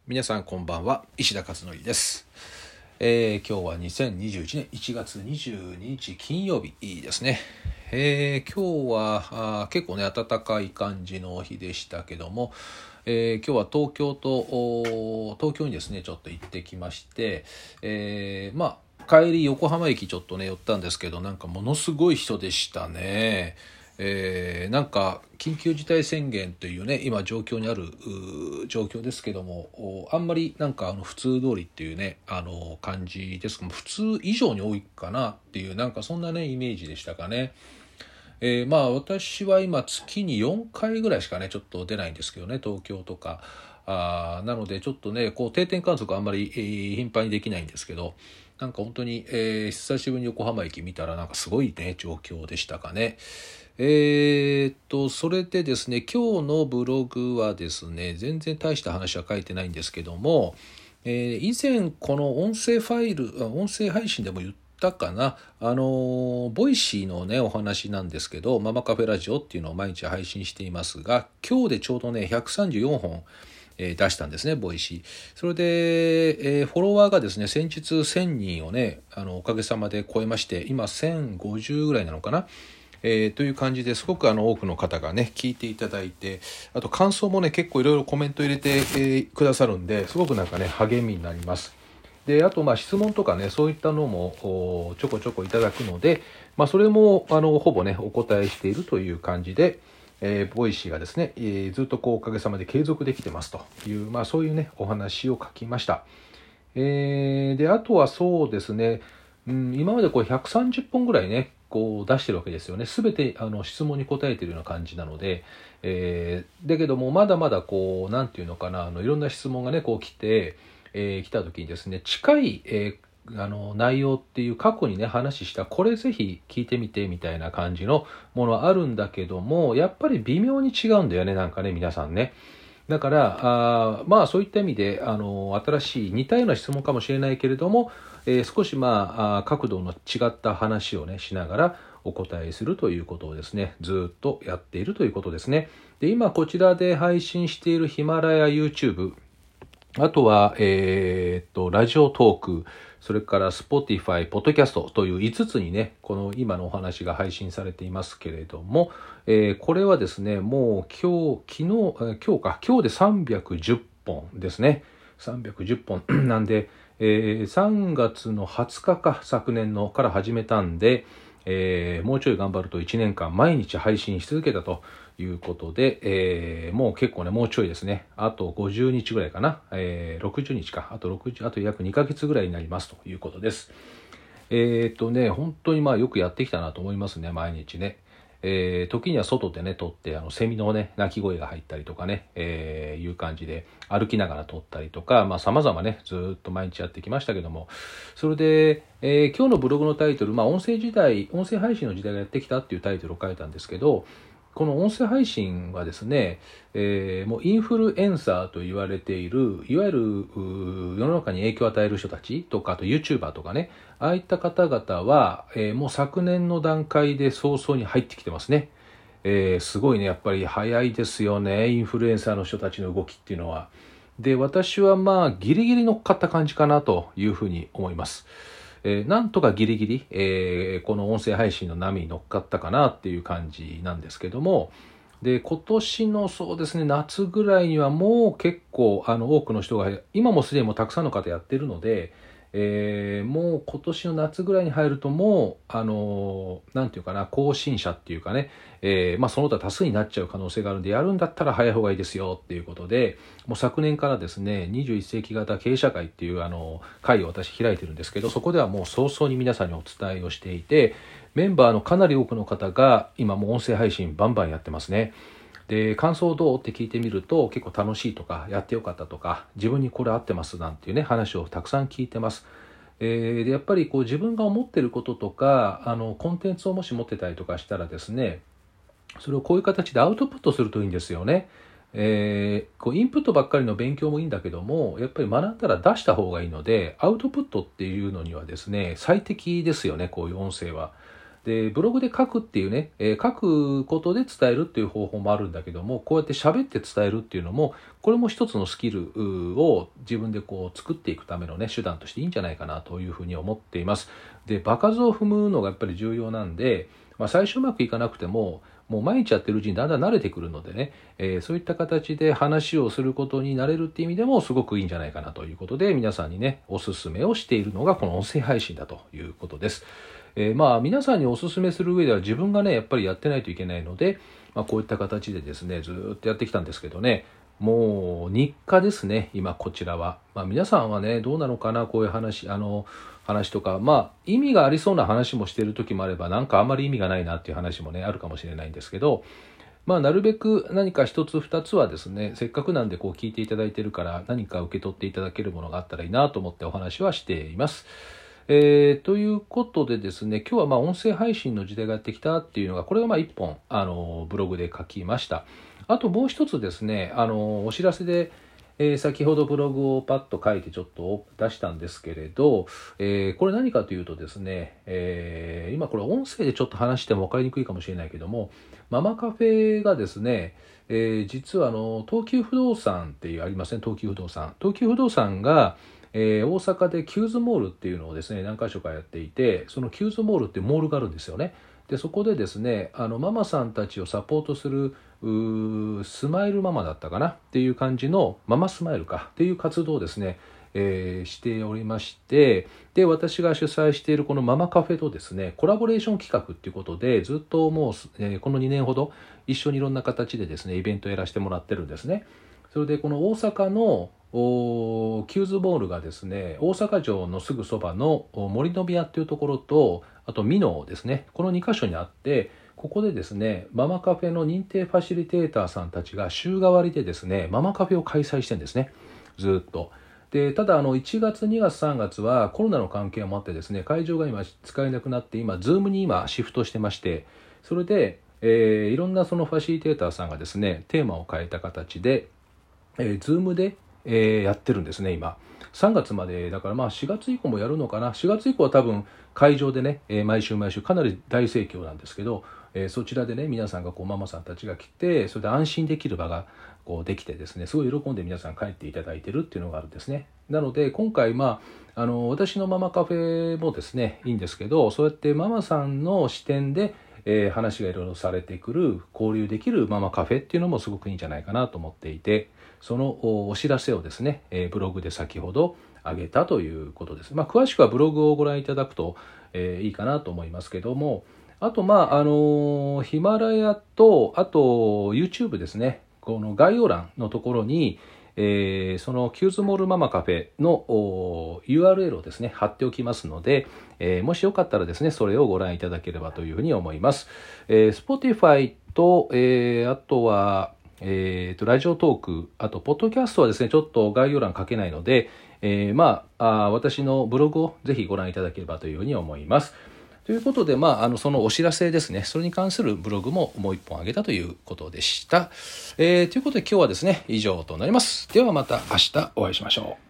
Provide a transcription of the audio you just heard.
皆さんこんばんは、石田勝則です。今日は2021年1月22日金曜日ですね。今日は結構ね暖かい感じの日でしたけども、今日は東京にですねちょっと行ってきまして、帰り横浜駅ちょっとね寄ったんですけど、なんかものすごい人でしたね。なんか緊急事態宣言というね今状況にある状況ですけども、あんまりなんか普通通りっていうね感じですけども、普通以上に多いかなっていうなんかそんなねイメージでしたかね。私は今月に4回ぐらいしかねちょっと出ないんですけどね、東京とかなのでちょっとねこう定点観測あんまり、頻繁にできないんですけど、なんか本当に、久しぶりに横浜駅見たらなんかすごいね状況でしたかね。それでですね、今日のブログはですね、全然大した話は書いてないんですけども、以前この音声配信でも言ったかな、ボイシーのね、お話なんですけど、ママカフェラジオっていうのを毎日配信していますが、今日でちょうどね、134本、出したんですね、ボイシー。それで、フォロワーがですね、先日1000人をね、おかげさまで超えまして、今1050ぐらいなのかな。という感じですごく多くの方がね聞いていただいて、あと感想もね結構いろいろコメント入れて、くださるんで、すごくなんかね励みになります。であと質問とかねそういったのもちょこちょこいただくので、それもほぼねお答えしているという感じで、ボイシーがですね、ずっとおかげさまで継続できてますという、そういうねお話を書きました。であとはそうですね、今まで130本ぐらいね出してるわけですよね。すべて質問に答えているような感じなので、だけどもまだまだなんていうのかな、いろんな質問がね来た時にですね、近い、内容っていう過去にね話したこれぜひ聞いてみてみたいな感じのものはあるんだけども、やっぱり微妙に違うんだよね、なんかね皆さんね。だからそういった意味で新しい似たような質問かもしれないけれども、少し角度の違った話をねしながらお答えするということをですねずっとやっているということですね。で今こちらで配信しているヒマラヤ YouTube、あとは、ラジオトーク、それから Spotify、ポッドキャストという5つにね、この今のお話が配信されていますけれども、これはですね、もう今日で310本ですね。310本なんで、3月の20日か、昨年のから始めたんで、もうちょい頑張ると1年間毎日配信し続けたということで、もう結構ね、もうちょいですね。あと50日ぐらいかな。60日か。あと約2ヶ月ぐらいになりますということです。本当によくやってきたなと思いますね、毎日ね。時には外でね、撮って、セミのね、鳴き声が入ったりとかね、いう感じで歩きながら撮ったりとか、様々ね、ずっと毎日やってきましたけども、それで、今日のブログのタイトル、音声配信の時代がやってきたっていうタイトルを書いたんですけど、この音声配信はですね、もうインフルエンサーと言われている、いわゆる世の中に影響を与える人たちとか、あと YouTuber とかね、ああいった方々は、もう昨年の段階で早々に入ってきてますね。すごいね、やっぱり早いですよね、インフルエンサーの人たちの動きっていうのは。で、私はギリギリ乗っかった感じかなというふうに思います。なんとかギリギリ、この音声配信の波に乗っかったかなっていう感じなんですけども、で、今年のそうですね、夏ぐらいにはもう結構多くの人が、今もすでにもうたくさんの方やってるので、もう今年の夏ぐらいに入るともう、なんていうかな、更新者っていうかね、その他多数になっちゃう可能性があるんで、やるんだったら早い方がいいですよっていうことで、もう昨年からですね、21世紀型経営者会っていう会を私開いてるんですけど、そこではもう早々に皆さんにお伝えをしていて、メンバーのかなり多くの方が今もう音声配信バンバンやってますね。で、感想どうって聞いてみると結構楽しいとかやってよかったとか自分にこれ合ってますなんていうね話をたくさん聞いてます。でやっぱり自分が思ってることとかコンテンツをもし持ってたりとかしたらですね、それをこういう形でアウトプットするといいんですよね。インプットばっかりの勉強もいいんだけども、やっぱり学んだら出した方がいいので、アウトプットっていうのにはですね最適ですよね、こういう音声は。 でブログで書くっていうね、書くことで伝えるっていう方法もあるんだけども、こうやって喋って伝えるっていうのも、これも一つのスキルを自分でこう作っていくためのね手段としていいんじゃないかなというふうに思っています。で場数を踏むのがやっぱり重要なんで、最初うまくいかなくてももう毎日やってるうちにだんだん慣れてくるのでね、そういった形で話をすることになれるっていう意味でもすごくいいんじゃないかなということで、皆さんにねおすすめをしているのがこの音声配信だということです。皆さんにおすすめする上では自分がねやっぱりやってないといけないので、こういった形でですねずっとやってきたんですけどね、もう日課ですね今こちらは。皆さんはねどうなのかな、こういう話話とか、意味がありそうな話もしている時もあれば、なんかあんまり意味がないなっていう話もねあるかもしれないんですけど、なるべく何か一つ二つはですね、せっかくなんでこう聞いていただいているから何か受け取っていただけるものがあったらいいなと思ってお話はしています。ということでですね、今日は音声配信の時代がやってきたっていうのが、これが一本ブログで書きました。あともう一つですね、お知らせで、先ほどブログをパッと書いてちょっと出したんですけれど、これ何かというとですね、今これ音声でちょっと話しても分かりにくいかもしれないけども、ママカフェがですね、実は東急不動産っていうありません、東急不動産が大阪でキューズモールっていうのをですね何か所かやっていて、そのキューズモールっていうモールがあるんですよね。でそこでですねママさんたちをサポートするスマイルママだったかなっていう感じのママスマイルかっていう活動をですね、しておりまして、で私が主催しているこのママカフェとですねコラボレーション企画っていうことでずっともう、この2年ほど一緒にいろんな形でですねイベントをやらせてもらってるんですね。それでこの大阪のキューズボールがですね大阪城のすぐそばの森の宮っていうところと、あと美濃ですね、この2カ所にあって、ここでですねママカフェの認定ファシリテーターさんたちが週替わりでですねママカフェを開催してるんですね、ずっと。でただ1月2月3月はコロナの関係もあってですね会場が今使えなくなって、今 Zoom に今シフトしてまして、それで、いろんなそのファシリテーターさんがですねテーマを変えた形でZoom でやってるんですね今。3月までだから4月以降もやるのかな。4月以降は多分会場でね、毎週かなり大盛況なんですけど、そちらでね皆さんがママさんたちが来て、それで安心できる場ができてですね、すごい喜んで皆さん帰っていただいてるっていうのがあるんですね。なので今回私のママカフェもですねいいんですけど、そうやってママさんの視点で話がいろいろされてくる交流できるママカフェっていうのもすごくいいんじゃないかなと思っていて、そのお知らせをですねブログで先ほど上げたということです。詳しくはブログをご覧いただくといいかなと思いますけども、あとヒマラヤとあと YouTube ですね、この概要欄のところにそのキューズモールママカフェのURL をですね貼っておきますので、もしよかったらですねそれをご覧いただければというふうに思います。Spotify と、あとはラジオトーク、あとポッドキャストはですねちょっと概要欄書けないので、私のブログをぜひご覧いただければというふうに思います。ということで、そのお知らせですね、それに関するブログももう一本あげたということでした。ということで今日はですね以上となります。ではまた明日お会いしましょう。